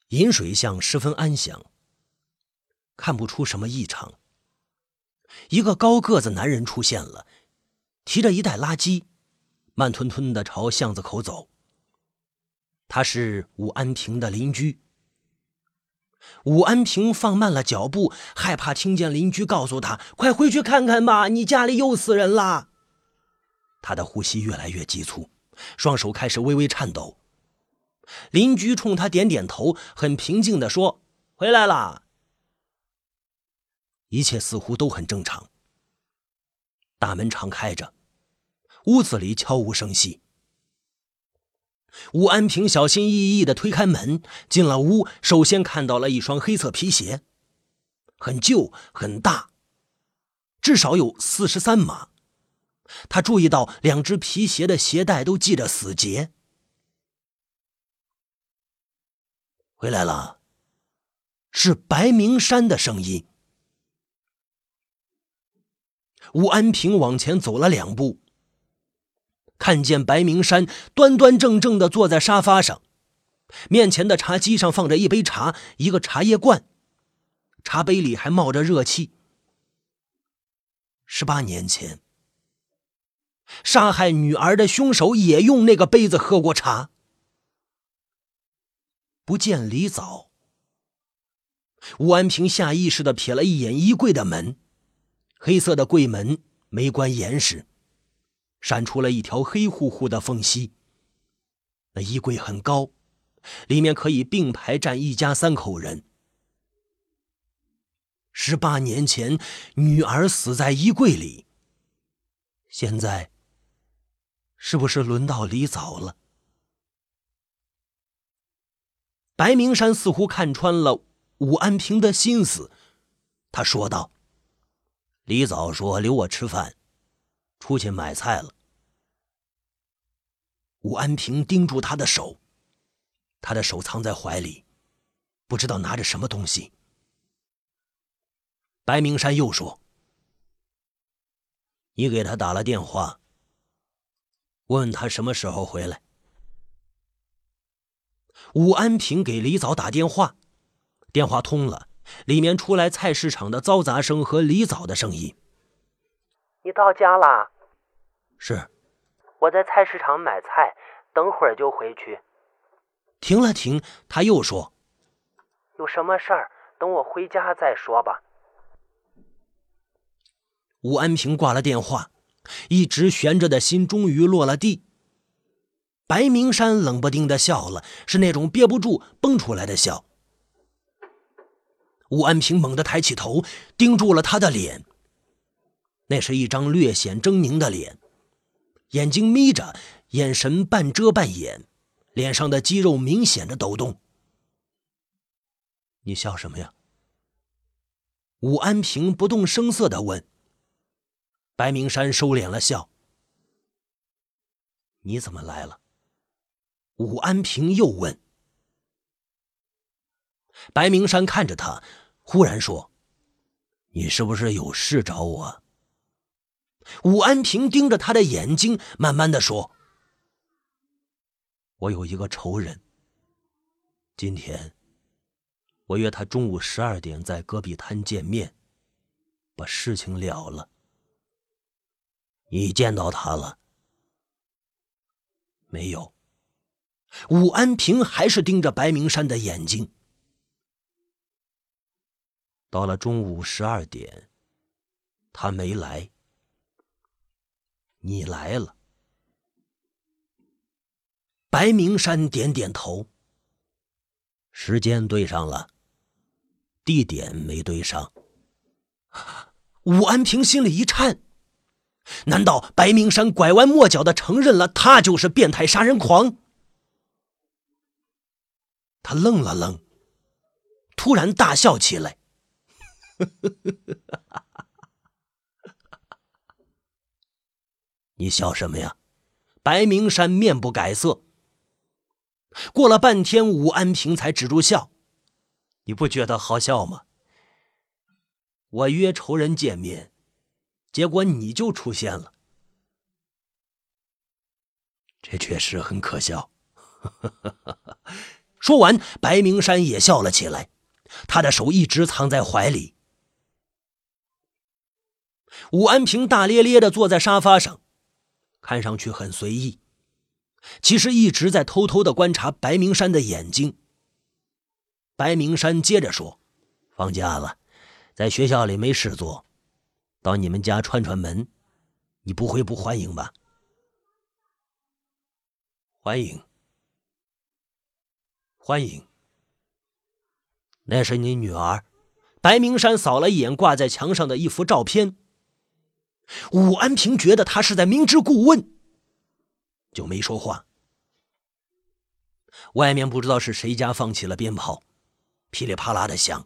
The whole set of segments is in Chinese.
饮水巷十分安详，看不出什么异常。一个高个子男人出现了，提着一袋垃圾，慢吞吞地朝巷子口走。他是武安平的邻居。武安平放慢了脚步，害怕听见邻居告诉他：“快回去看看吧，你家里又死人了。”他的呼吸越来越急促，双手开始微微颤抖。邻居冲他点点头，很平静地说：“回来啦。”一切似乎都很正常。大门常开着，屋子里悄无声息。武安平小心翼翼地推开门，进了屋，首先看到了一双黑色皮鞋，很旧很大，至少有43码。他注意到两只皮鞋的鞋带都系着死结。回来了，是白明山的声音。武安平往前走了2步，看见白明山端端正正地坐在沙发上，面前的茶几上放着一杯茶，一个茶叶罐，茶杯里还冒着热气。18年前，杀害女儿的凶手也用那个杯子喝过茶。不见李早，武安平下意识地瞥了一眼衣柜的门，黑色的柜门没关严实，闪出了一条黑乎乎的缝隙。那衣柜很高，里面可以并排站一家3口人。18年前，女儿死在衣柜里，现在是不是轮到李早了？白明山似乎看穿了武安平的心思，他说道：“李早说留我吃饭，出去买菜了。”武安平盯住他的手，他的手藏在怀里，不知道拿着什么东西。白明山又说：“你给他打了电话，问他什么时候回来。”武安平给李早打电话，电话通了，里面出来菜市场的嘈杂声和李早的声音：“ 你到家啦？”“ 是。”“ 我在菜市场买菜，等会儿就回去。” 停了停，他又说：“ 有什么事儿，等我回家再说吧。” 武安平挂了电话，一直悬着的心终于落了地。白明山冷不丁地笑了，是那种憋不住蹦出来的笑。武安平猛地抬起头，盯住了他的脸。那是一张略显狰狞的脸，眼睛眯着，眼神半遮半掩，脸上的肌肉明显的抖动。“你笑什么呀？”武安平不动声色地问。白明山收敛了笑。“你怎么来了？”武安平又问。白明山看着他，忽然说：“你是不是有事找我？”武安平盯着他的眼睛，慢慢地说：“我有一个仇人，今天我约他中午12点在戈壁滩见面，把事情了了。你见到他了？”“没有。”武安平还是盯着白明山的眼睛。“到了中午12点，他没来，你来了。”白明山点点头。“时间对上了，地点没对上。”武安平心里一颤，难道白明山拐弯抹角地承认了他就是变态杀人狂？他愣了愣，突然大笑起来。“你笑什么呀？”白明山面不改色。过了半天，武安平才止住笑。“你不觉得好笑吗？我约仇人见面，结果你就出现了，这确实很可笑。 说完，白明山也笑了起来，他的手一直藏在怀里。武安平大咧咧地坐在沙发上，看上去很随意，其实一直在偷偷地观察白明山的眼睛。白明山接着说：放假了，在学校里没事做，到你们家串串门，你不会不欢迎吧？欢迎，欢迎。那是你女儿。白明山扫了一眼挂在墙上的一幅照片。武安平觉得他是在明知故问，就没说话。外面不知道是谁家放起了鞭炮，噼里啪啦的响。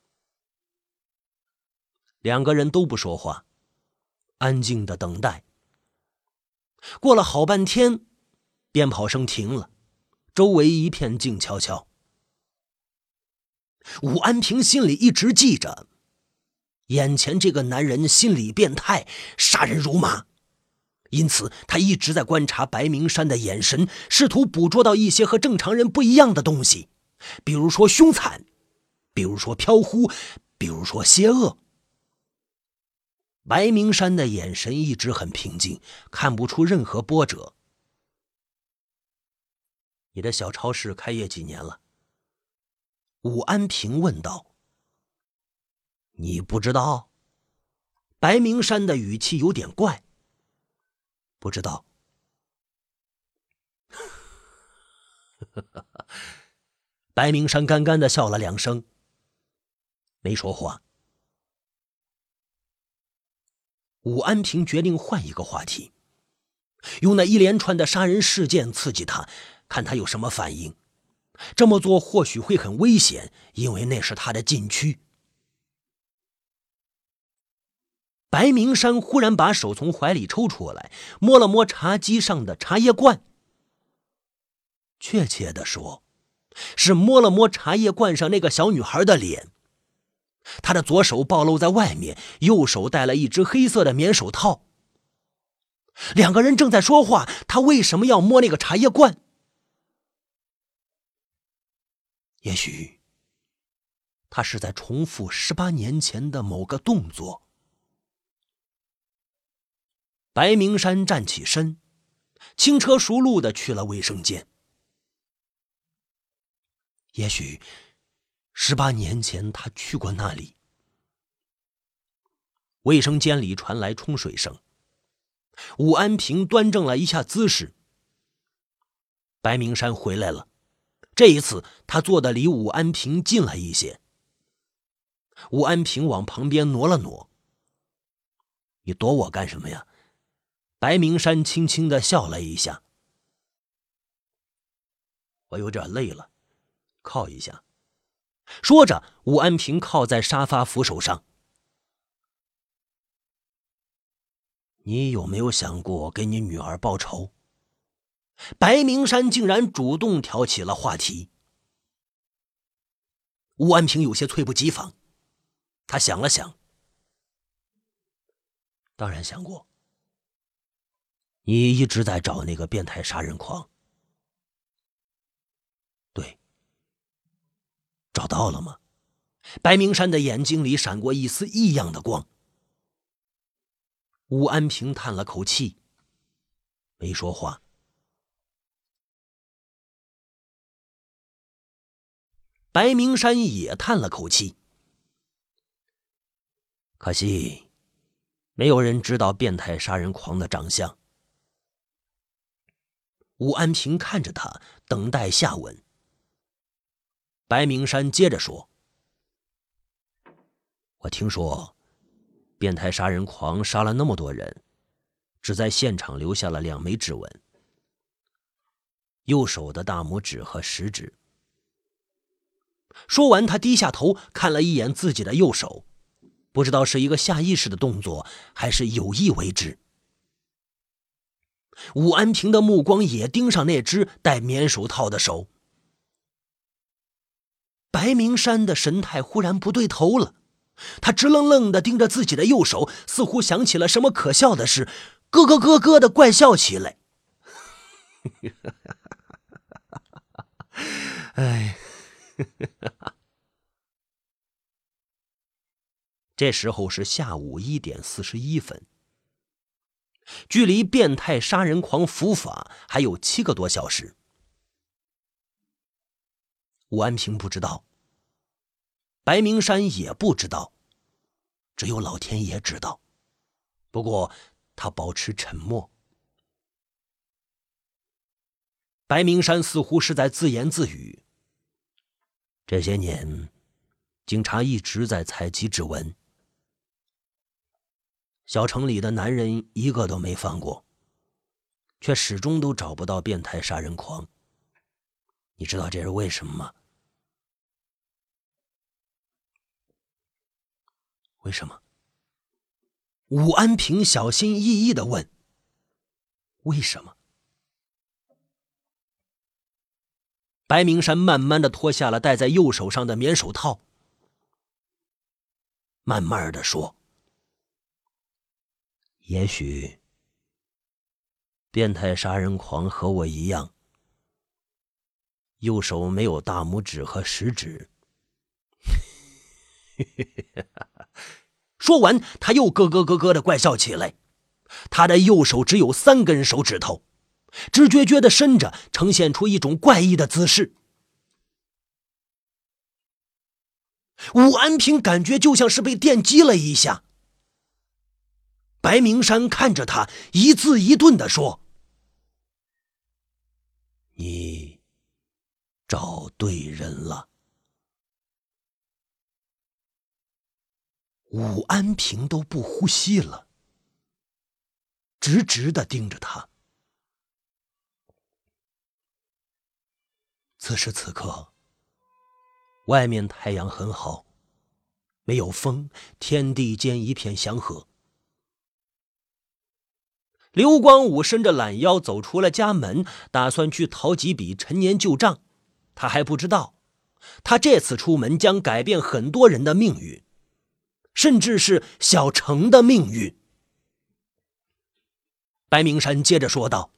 两个人都不说话，安静的等待。过了好半天，鞭炮声停了，周围一片静悄悄。武安平心里一直记着，眼前这个男人心理变态，杀人如麻，因此他一直在观察白明山的眼神，试图捕捉到一些和正常人不一样的东西，比如说凶残，比如说飘忽，比如说邪恶。白明山的眼神一直很平静，看不出任何波折。你的小超市开业几年了？武安平问道。你不知道？白明山的语气有点怪。不知道。白明山干干的笑了两声，没说话。武安平决定换一个话题，用那一连串的杀人事件刺激他，看他有什么反应。这么做或许会很危险，因为那是他的禁区。白明山忽然把手从怀里抽出来，摸了摸茶几上的茶叶罐。确切地说，是摸了摸茶叶罐上那个小女孩的脸。他的左手暴露在外面，右手戴了一只黑色的棉手套。两个人正在说话，他为什么要摸那个茶叶罐？也许他是在重复18年前的某个动作。白明山站起身，轻车熟路地去了卫生间。也许18年前他去过那里。卫生间里传来冲水声，武安平端正了一下姿势。白明山回来了，这一次他坐得离武安平近了一些。武安平往旁边挪了挪。你躲我干什么呀？白明山轻轻地笑了一下。我有点累了，靠一下。说着，武安平靠在沙发扶手上。你有没有想过给你女儿报仇？白明山竟然主动挑起了话题。武安平有些猝不及防，他想了想。当然想过。你一直在找那个变态杀人狂。对。找到了吗？白明山的眼睛里闪过一丝异样的光。武安平叹了口气，没说话。白明山也叹了口气。可惜，没有人知道变态杀人狂的长相。武安平看着他，等待下文。白明山接着说：我听说变态杀人狂杀了那么多人，只在现场留下了2枚指纹，右手的大拇指和食指。说完，他低下头看了一眼自己的右手，不知道是一个下意识的动作还是有意为之。武安平的目光也盯上那只戴棉手套的手。白明山的神态忽然不对头了，他直愣愣地盯着自己的右手，似乎想起了什么可笑的事，咯咯咯咯地怪笑起来。 哎，这时候是下午1点41分，距离变态杀人狂伏法还有7个多小时。武安平不知道，白明山也不知道，只有老天爷知道。不过他保持沉默。白明山似乎是在自言自语，这些年警察一直在采集指纹，小城里的男人一个都没放过，却始终都找不到变态杀人狂。你知道这是为什么吗？为什么？武安平小心翼翼地问。为什么？白明山慢慢地脱下了戴在右手上的棉手套，慢慢地说，也许变态杀人狂和我一样，右手没有大拇指和食指。说完，他又咯咯咯咯地怪笑起来。他的右手只有3根手指头，直撅撅地伸着，呈现出一种怪异的姿势。武安平感觉就像是被电击了一下。白明山看着他，一字一顿地说，你找对人了。武安平都不呼吸了，直直地盯着他。此时此刻，外面太阳很好，没有风，天地间一片祥和。刘光武伸着懒腰走出了家门，打算去讨几笔陈年旧账。他还不知道，他这次出门将改变很多人的命运，甚至是小城的命运。白明山接着说道，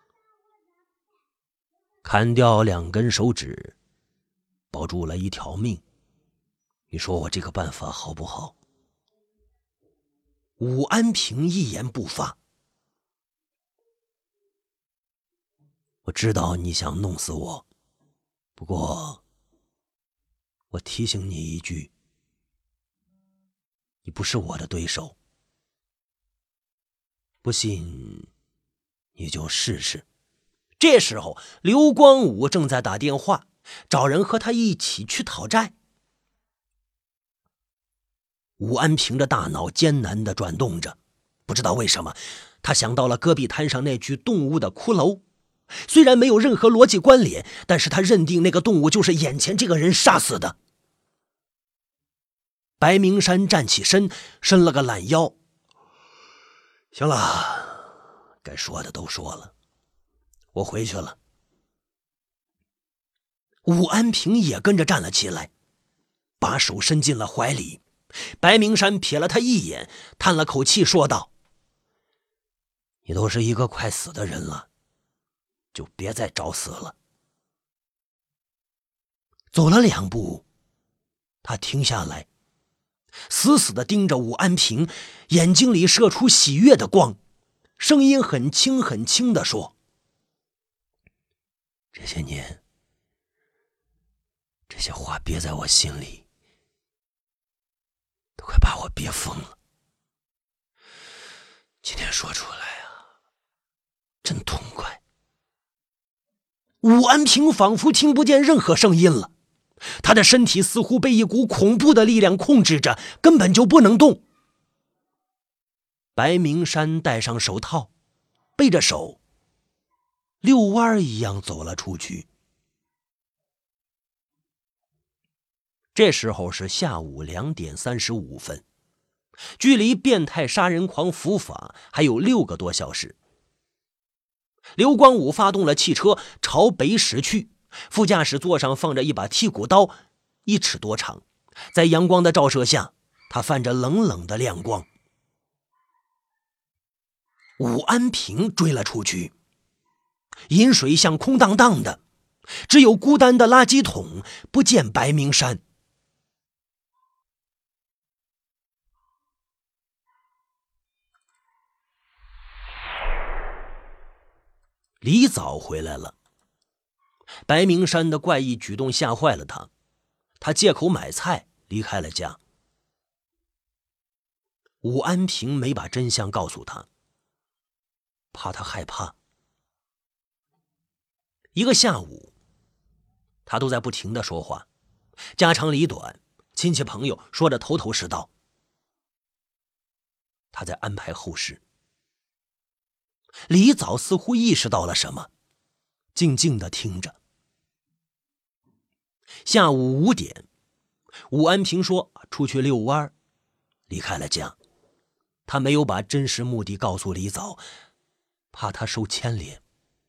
砍掉2根手指，保住了1条命，你说我这个办法好不好？武安平一言不发。我知道你想弄死我，不过我提醒你一句，你不是我的对手，不信你就试试。这时候刘光武正在打电话，找人和他一起去讨债。武安平的大脑艰难地转动着，不知道为什么，他想到了戈壁滩上那具动物的骷髅。虽然没有任何逻辑关联，但是他认定那个动物就是眼前这个人杀死的。白明山站起身，伸了个懒腰。行了，该说的都说了，我回去了。武安平也跟着站了起来，把手伸进了怀里。白明山瞥了他一眼，叹了口气说道，你都是一个快死的人了，就别再找死了。走了2步，他停下来，死死地盯着武安平，眼睛里射出喜悦的光，声音很轻很轻地说，这些年，这些话憋在我心里，都快把我憋疯了。今天说出来啊，真痛快。武安平仿佛听不见任何声音了，他的身体似乎被一股恐怖的力量控制着，根本就不能动。白明山戴上手套，背着手，遛弯一样走了出去。这时候是下午2点35分，距离变态杀人狂伏法还有6个多小时。刘光武发动了汽车朝北驶去，副驾驶座上放着一把剔骨刀，1尺多长，在阳光的照射下，它泛着冷冷的亮光。武安平追了出去，饮水巷空荡荡的， 只有孤单的垃圾桶，不见白明山。李早回来了，白明山的怪异举动吓坏了他，他借口买菜离开了家。武安平没把真相告诉他，怕他害怕。一个下午，他都在不停地说话，家长里短，亲戚朋友说得头头是道。他在安排后事。李早似乎意识到了什么，静静地听着。下午5点，武安平说出去遛弯，离开了家。他没有把真实目的告诉李早，怕他受牵连。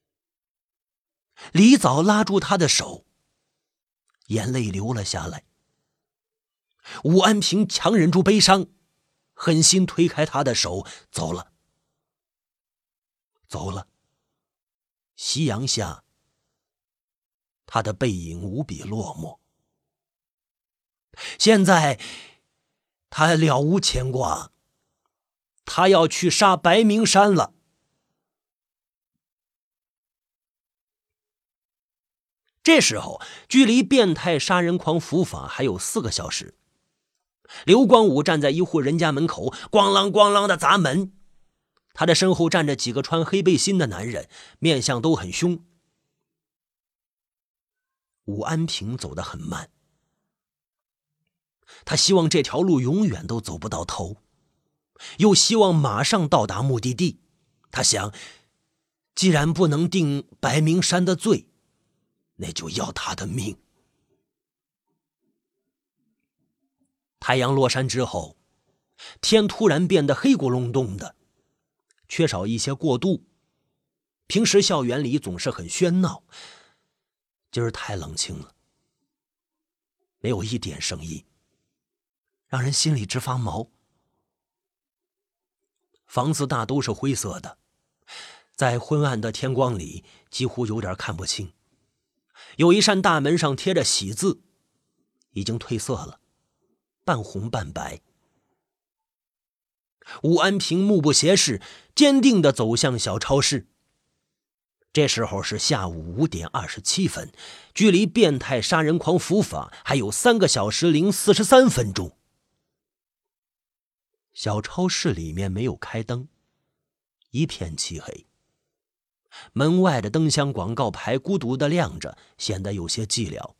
李早拉住他的手，眼泪流了下来。武安平强忍住悲伤，狠心推开他的手，走了。夕阳下，他的背影无比落寞。现在他了无牵挂，他要去杀白明山了。这时候距离变态杀人狂伏法还有4个小时。刘光武站在一户人家门口，咣啷咣啷的砸门。他的身后站着几个穿黑背心的男人，面相都很凶。武安平走得很慢，他希望这条路永远都走不到头，又希望马上到达目的地。他想，既然不能定白明山的罪，那就要他的命。太阳落山之后，天突然变得黑咕隆咚的，缺少一些过渡。平时校园里总是很喧闹，今儿太冷清了，没有一点声音，让人心里直发毛。房子大都是灰色的，在昏暗的天光里几乎有点看不清。有一扇大门上贴着喜字，已经褪色了，半红半白。武安平目不斜视，坚定地走向小超市。这时候是下午5点27分，距离变态杀人狂伏法还有3个小时零43分钟。小超市里面没有开灯，一片漆黑。门外的灯箱广告牌孤独地亮着，显得有些寂寥。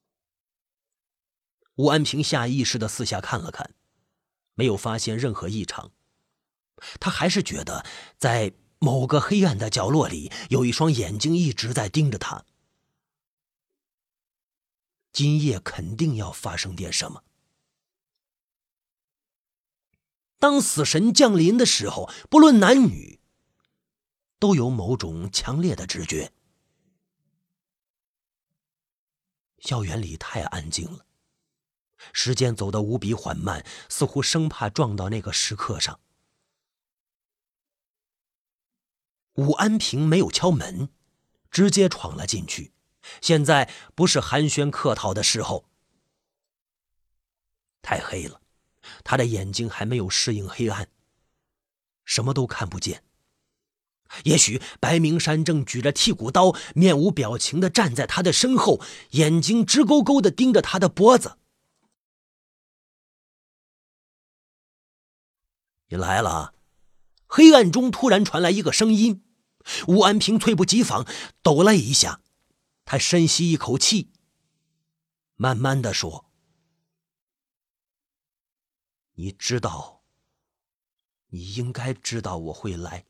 武安平下意识地四下看了看，没有发现任何异常。他还是觉得在某个黑暗的角落里，有一双眼睛一直在盯着他。今夜肯定要发生点什么。当死神降临的时候，不论男女，都有某种强烈的直觉。校园里太安静了，时间走得无比缓慢，似乎生怕撞到那个时刻上。武安平没有敲门，直接闯了进去。现在不是寒暄客套的时候。太黑了，他的眼睛还没有适应黑暗，什么都看不见。也许白明山正举着剔骨刀，面无表情地站在他的身后，眼睛直勾勾地盯着他的脖子。你来了。黑暗中突然传来一个声音，武安平猝不及防，抖了一下。他深吸一口气，慢慢地说：你知道，你应该知道我会来。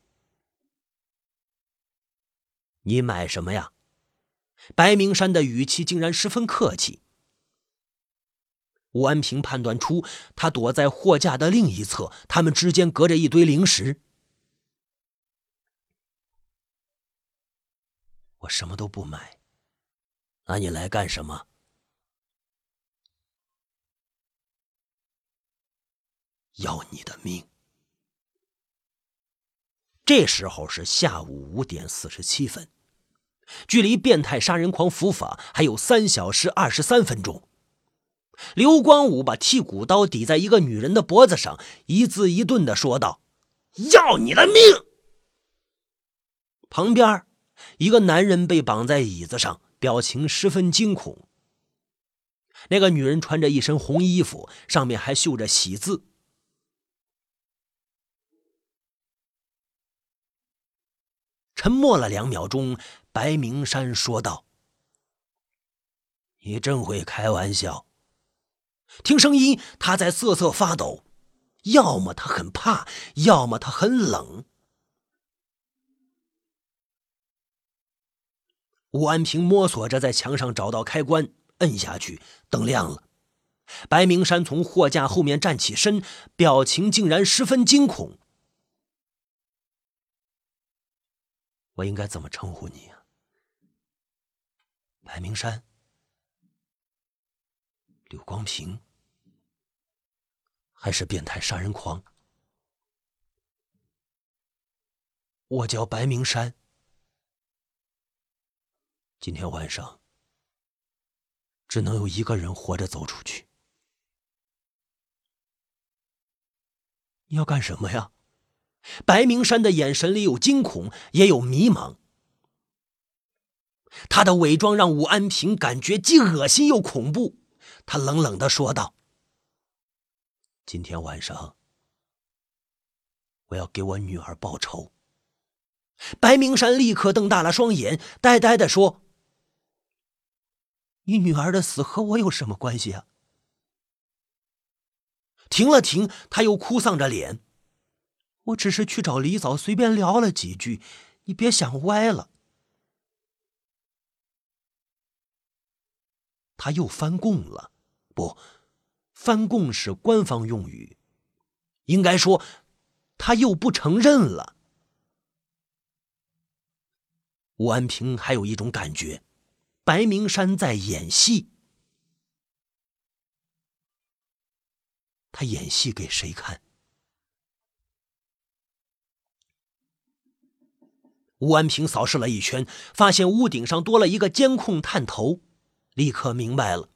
你买什么呀？白明山的语气竟然十分客气。武安平判断出他躲在货架的另一侧，他们之间隔着一堆零食。我什么都不买，那你来干什么？要你的命。这时候是下午5点47分， 距离变态杀人狂伏法还有3小时23分钟。刘光武把剔骨刀抵在一个女人的脖子上，一字一顿地说道：“要你的命！”旁边一个男人被绑在椅子上，表情十分惊恐。那个女人穿着一身红衣服，上面还绣着喜字。沉默了2秒钟，白明山说道：“你真会开玩笑。”听声音，他在瑟瑟发抖，要么他很怕，要么他很冷。吴安平摸索着在墙上找到开关，摁下去，灯亮了。白明山从货架后面站起身，表情竟然十分惊恐。我应该怎么称呼你啊？白明山？刘光平？还是变态杀人狂？我叫白明山。今天晚上只能有一个人活着走出去。你要干什么呀？白明山的眼神里有惊恐，也有迷茫。他的伪装让武安平感觉既恶心又恐怖。他冷冷地说道：“今天晚上我要给我女儿报仇。”白明山立刻瞪大了双眼，呆呆地说：“你女儿的死和我有什么关系啊？”停了停，他又哭丧着脸：“我只是去找李嫂随便聊了几句，你别想歪了。”他又翻供了。不，翻供是官方用语，应该说他又不承认了。吴安平还有一种感觉，白明山在演戏。他演戏给谁看？吴安平扫视了一圈，发现屋顶上多了一个监控探头，立刻明白了。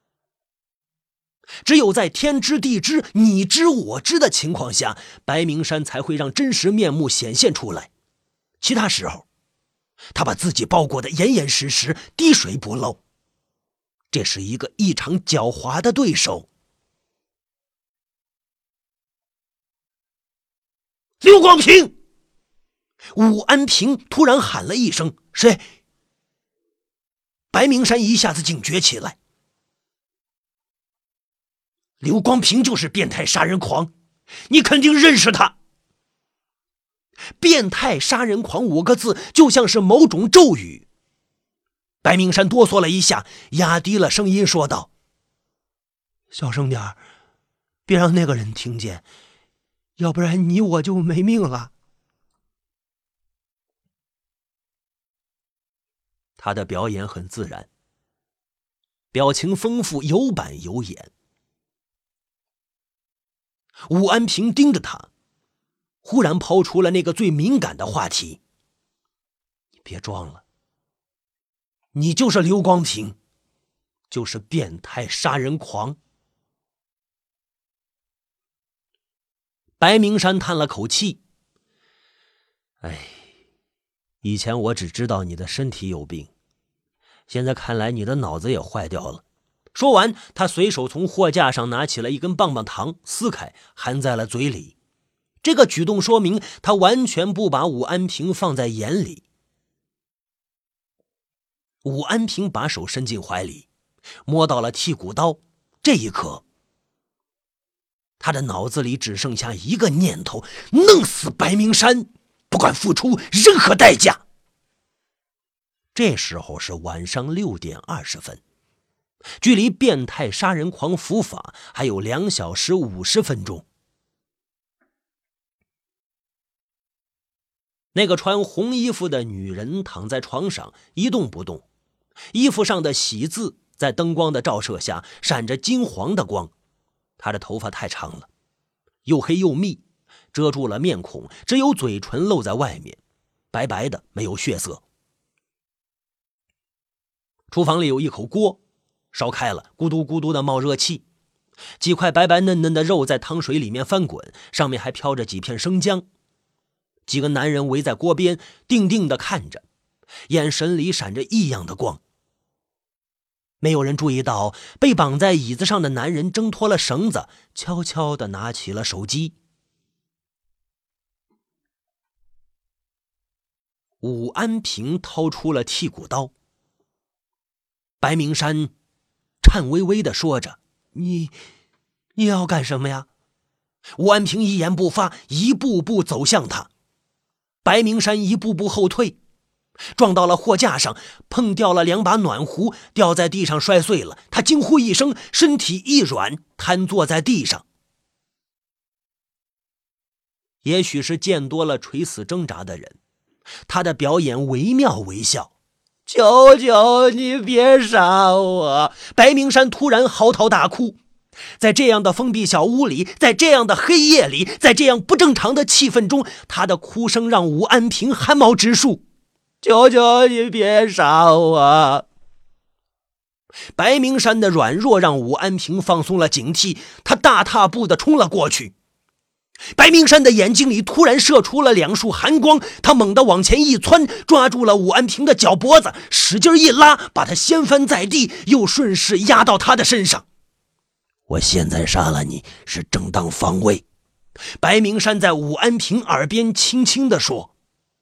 只有在天知地知你知我知的情况下，白明山才会让真实面目显现出来。其他时候，他把自己包裹得严严实实，滴水不漏。这是一个异常狡猾的对手。刘光平！武安平突然喊了一声：“谁？”白明山一下子警觉起来。刘光平就是变态杀人狂，你肯定认识他。变态杀人狂5个字就像是某种咒语。白明山哆嗦了一下，压低了声音说道：“小声点，别让那个人听见，要不然你我就没命了。”他的表演很自然，表情丰富，有板有眼。武安平盯着他，忽然抛出了那个最敏感的话题：“你别装了，你就是刘光平，就是变态杀人狂。”白明山叹了口气：“哎，以前我只知道你的身体有病，现在看来你的脑子也坏掉了。”说完，他随手从货架上拿起了一根棒棒糖，撕开含在了嘴里。这个举动说明他完全不把武安平放在眼里。武安平把手伸进怀里，摸到了剔骨刀。这一刻，他的脑子里只剩下一个念头：弄死白明山，不管付出任何代价。这时候是晚上6点20分，距离变态杀人狂伏法还有2小时50分钟。那个穿红衣服的女人躺在床上一动不动，衣服上的喜字在灯光的照射下闪着金黄的光。她的头发太长了，又黑又密，遮住了面孔，只有嘴唇露在外面，白白的，没有血色。 厨房里有一口锅，烧开了，咕嘟咕嘟的冒热气，几块白白嫩嫩的肉在汤水里面翻滚，上面还飘着几片生姜。几个男人围在锅边，定定地看着，眼神里闪着异样的光。没有人注意到被绑在椅子上的男人挣脱了绳子，悄悄地拿起了手机。武安平掏出了剔骨刀，白明山颤巍巍地说着：“你要干什么呀？”武安平一言不发，一步步走向他。白明山一步步后退，撞到了货架上，碰掉了2把暖壶，掉在地上摔碎了。他惊呼一声，身体一软，瘫坐在地上。也许是见多了垂死挣扎的人，他的表演惟妙惟肖。求求你别杀我！白明山突然嚎啕大哭。在这样的封闭小屋里，在这样的黑夜里，在这样不正常的气氛中，他的哭声让武安平汗毛直竖。求求你别杀我！白明山的软弱让武安平放松了警惕，他大踏步地冲了过去。白明山的眼睛里突然射出了2束寒光，他猛地往前一窜，抓住了武安平的脚脖子，使劲一拉，把他掀翻在地，又顺势压到他的身上。我现在杀了你是正当防卫，白明山在武安平耳边轻轻地说。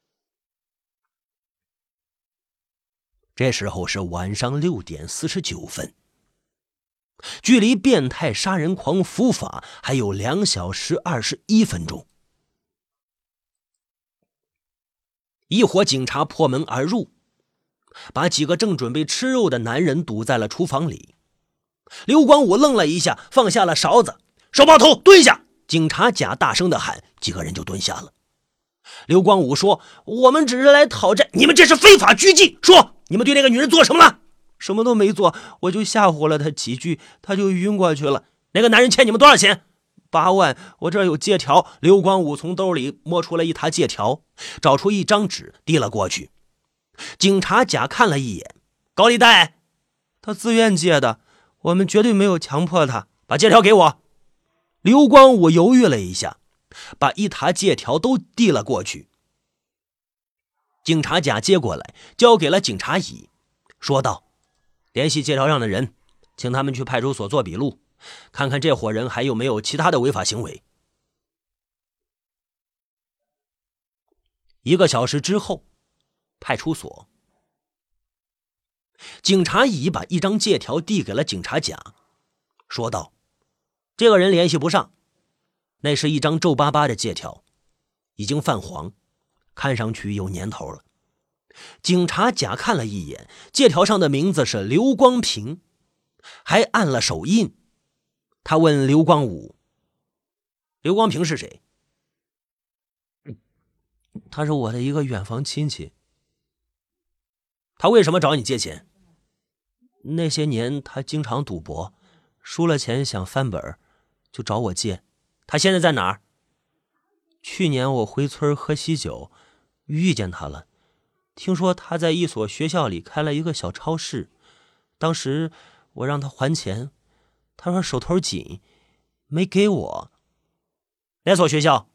这时候是晚上6点49分，距离变态杀人狂伏法还有2小时21分钟。一伙警察破门而入，把几个正准备吃肉的男人堵在了厨房里。刘光武愣了一下，放下了勺子，手抱头蹲下。警察甲大声地喊，几个人就蹲下了。刘光武说：“我们只是来讨债。”“你们这是非法拘禁！说，你们对那个女人做什么了？”“什么都没做，我就吓唬了她几句，她就晕过去了。”“那个男人欠你们多少钱？”“8万，我这儿有借条。”刘光武从兜里摸出了一沓借条，找出一张纸递了过去。警察甲看了一眼，高利贷？他自愿借的，我们绝对没有强迫他。把借条给我。刘光武犹豫了一下，把一沓借条都递了过去。警察甲接过来，交给了警察乙，说道：“联系借条上的人，请他们去派出所做笔录，看看这伙人还有没有其他的违法行为。”1个小时之后，派出所，警察乙把一张借条递给了警察甲，说道：“这个人联系不上，那是一张皱巴巴的借条，已经泛黄，看上去有年头了。”警察甲看了一眼，借条上的名字是刘光平，还按了手印。他问刘光武：“刘光平是谁？”“他是我的一个远房亲戚。”“他为什么找你借钱？”“那些年他经常赌博，输了钱想翻本，就找我借。”“他现在在哪儿？”“去年我回村喝喜酒，遇见他了。听说他在一所学校里开了一个小超市，当时我让他还钱，他说手头紧，没给我。”“哪所学校？”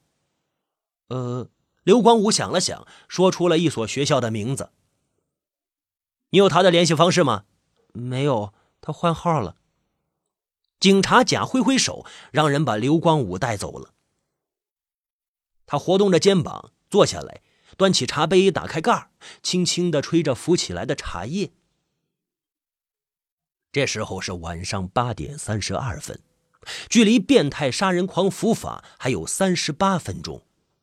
刘光武想了想，说出了一所学校的名字。“你有他的联系方式吗？”“没有，他换号了。”警察甲挥挥手，让人把刘光武带走了。他活动着肩膀，坐下来，端起茶杯，打开盖，轻轻地吹着浮起来的茶叶。这时候是晚上8点32分，距离变态杀人狂伏法还有38分钟。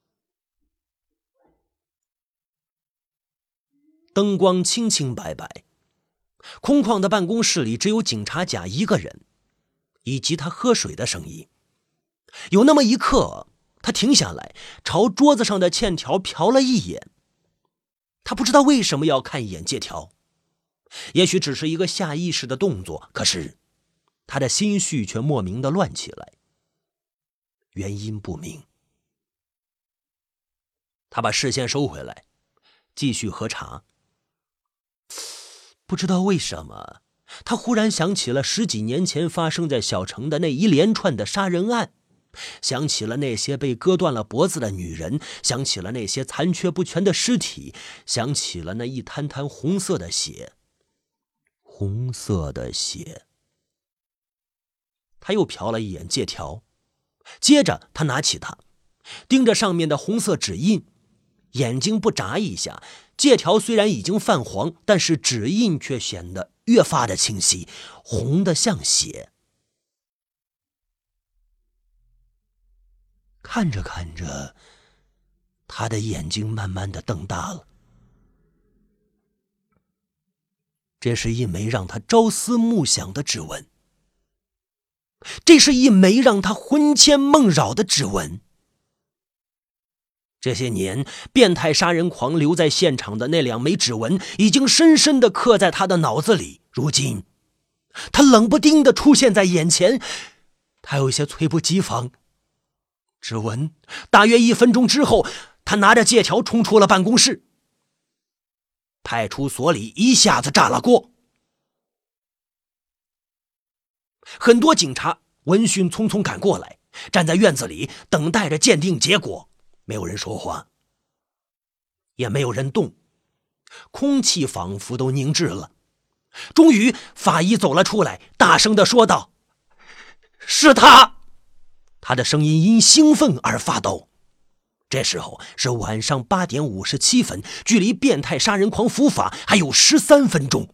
灯光清清白白，空旷的办公室里只有警察甲一个人，以及他喝水的声音。有那么一刻，他停下来，朝桌子上的欠条瞟了一眼。他不知道为什么要看一眼借条，也许只是一个下意识的动作，可是他的心绪却莫名的乱起来，原因不明。他把视线收回来，继续喝茶。 不知道为什么，他忽然想起了10几年前发生在小城的那一连串的杀人案，想起了那些被割断了脖子的女人，想起了那些残缺不全的尸体，想起了那一滩滩红色的血。红色的血。他又瞟了一眼借条，接着他拿起它，盯着上面的红色指印，眼睛不眨一下。借条虽然已经泛黄，但是指印却显得越发的清晰，红得像血。看着看着，他的眼睛慢慢的瞪大了。这是一枚让他朝思暮想的指纹，这是一枚让他魂牵梦绕的指纹。这些年，变态杀人狂留在现场的那2枚指纹已经深深地刻在他的脑子里。如今，他冷不丁地出现在眼前，他有些猝不及防。指纹，大约1分钟之后，他拿着借条冲出了办公室。派出所里一下子炸了锅，很多警察闻讯匆匆赶过来，站在院子里等待着鉴定结果。没有人说话，也没有人动，空气仿佛都凝滞了。终于，法医走了出来，大声地说道：“是他！”他的声音因兴奋而发抖。这时候是晚上8点57分，距离变态杀人狂伏法还有13分钟。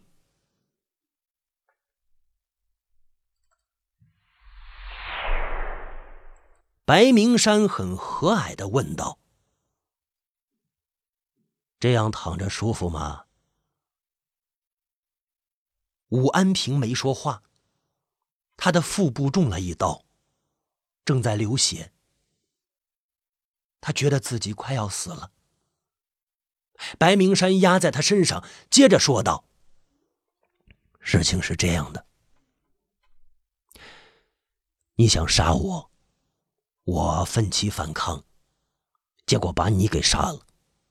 白明山很和蔼地问道：“这样躺着舒服吗？”武安平没说话，他的腹部中了一刀，正在流血。他觉得自己快要死了。白明山压在他身上，接着说道：“事情是这样的，你想杀我，我奋起反抗，结果把你给杀了。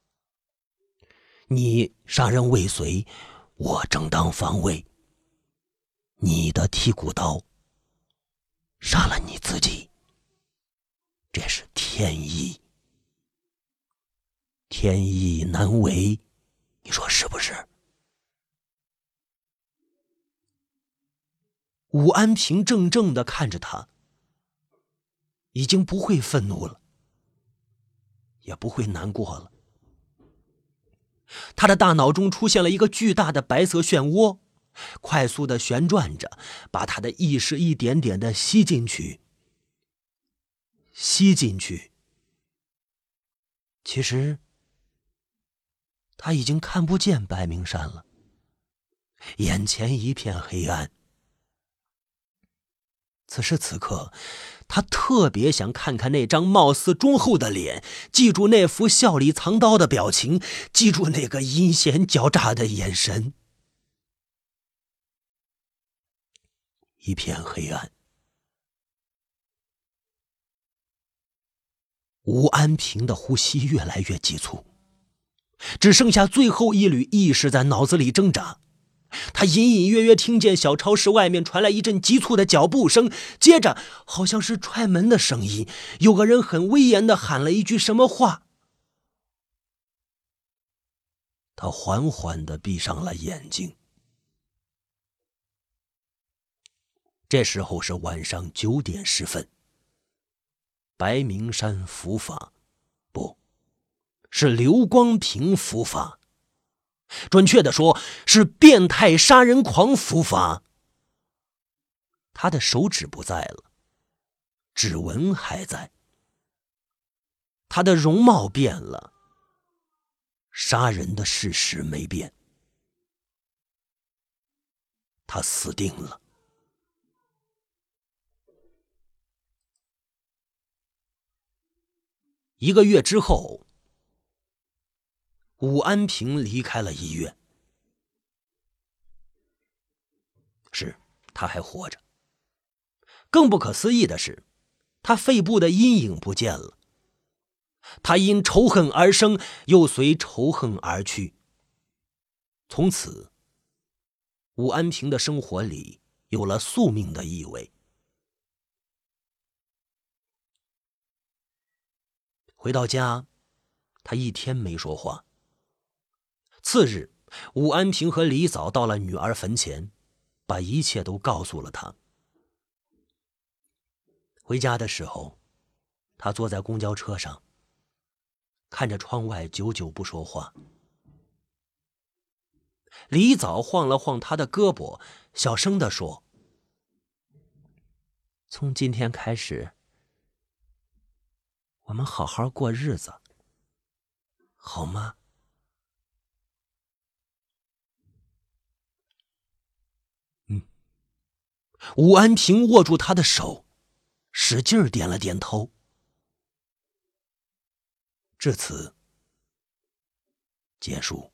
你杀人未遂，我正当防卫。你的剔骨刀杀了你自己，这是天意。天意难违，你说是不是？”武安平怔怔地看着他，已经不会愤怒了，也不会难过了。他的大脑中出现了一个巨大的白色漩涡，快速地旋转着，把他的意识一点点地吸进去。吸进去。其实他已经看不见白明山了，眼前一片黑暗。此时此刻，他特别想看看那张貌似忠厚的脸，记住那副笑里藏刀的表情，记住那个阴险狡诈的眼神。一片黑暗。吴安平的呼吸越来越急促，只剩下最后一缕意识在脑子里挣扎。他隐隐约约听见小超市外面传来一阵急促的脚步声，接着好像是踹门的声音，有个人很威严地喊了一句什么话。他缓缓地闭上了眼睛。这时候是晚上9点10分，白明山伏法，不，是刘光平伏法。准确地说，是变态杀人狂伏法。他的手指不在了，指纹还在。他的容貌变了，杀人的事实没变。他死定了。1个月之后，武安平离开了医院。是，他还活着。更不可思议的是，他肺部的阴影不见了。他因仇恨而生，又随仇恨而去。从此， 武安平的生活里有了宿命的意味。回到家，他一天没说话。次日，武安平和李早到了女儿坟前，把一切都告诉了他。回家的时候，他坐在公交车上，看着窗外，久久不说话。李早晃了晃他的胳膊，小声地说：“从今天开始，我们好好过日子，好吗？”武安平握住他的手，使劲点了点头。至此结束。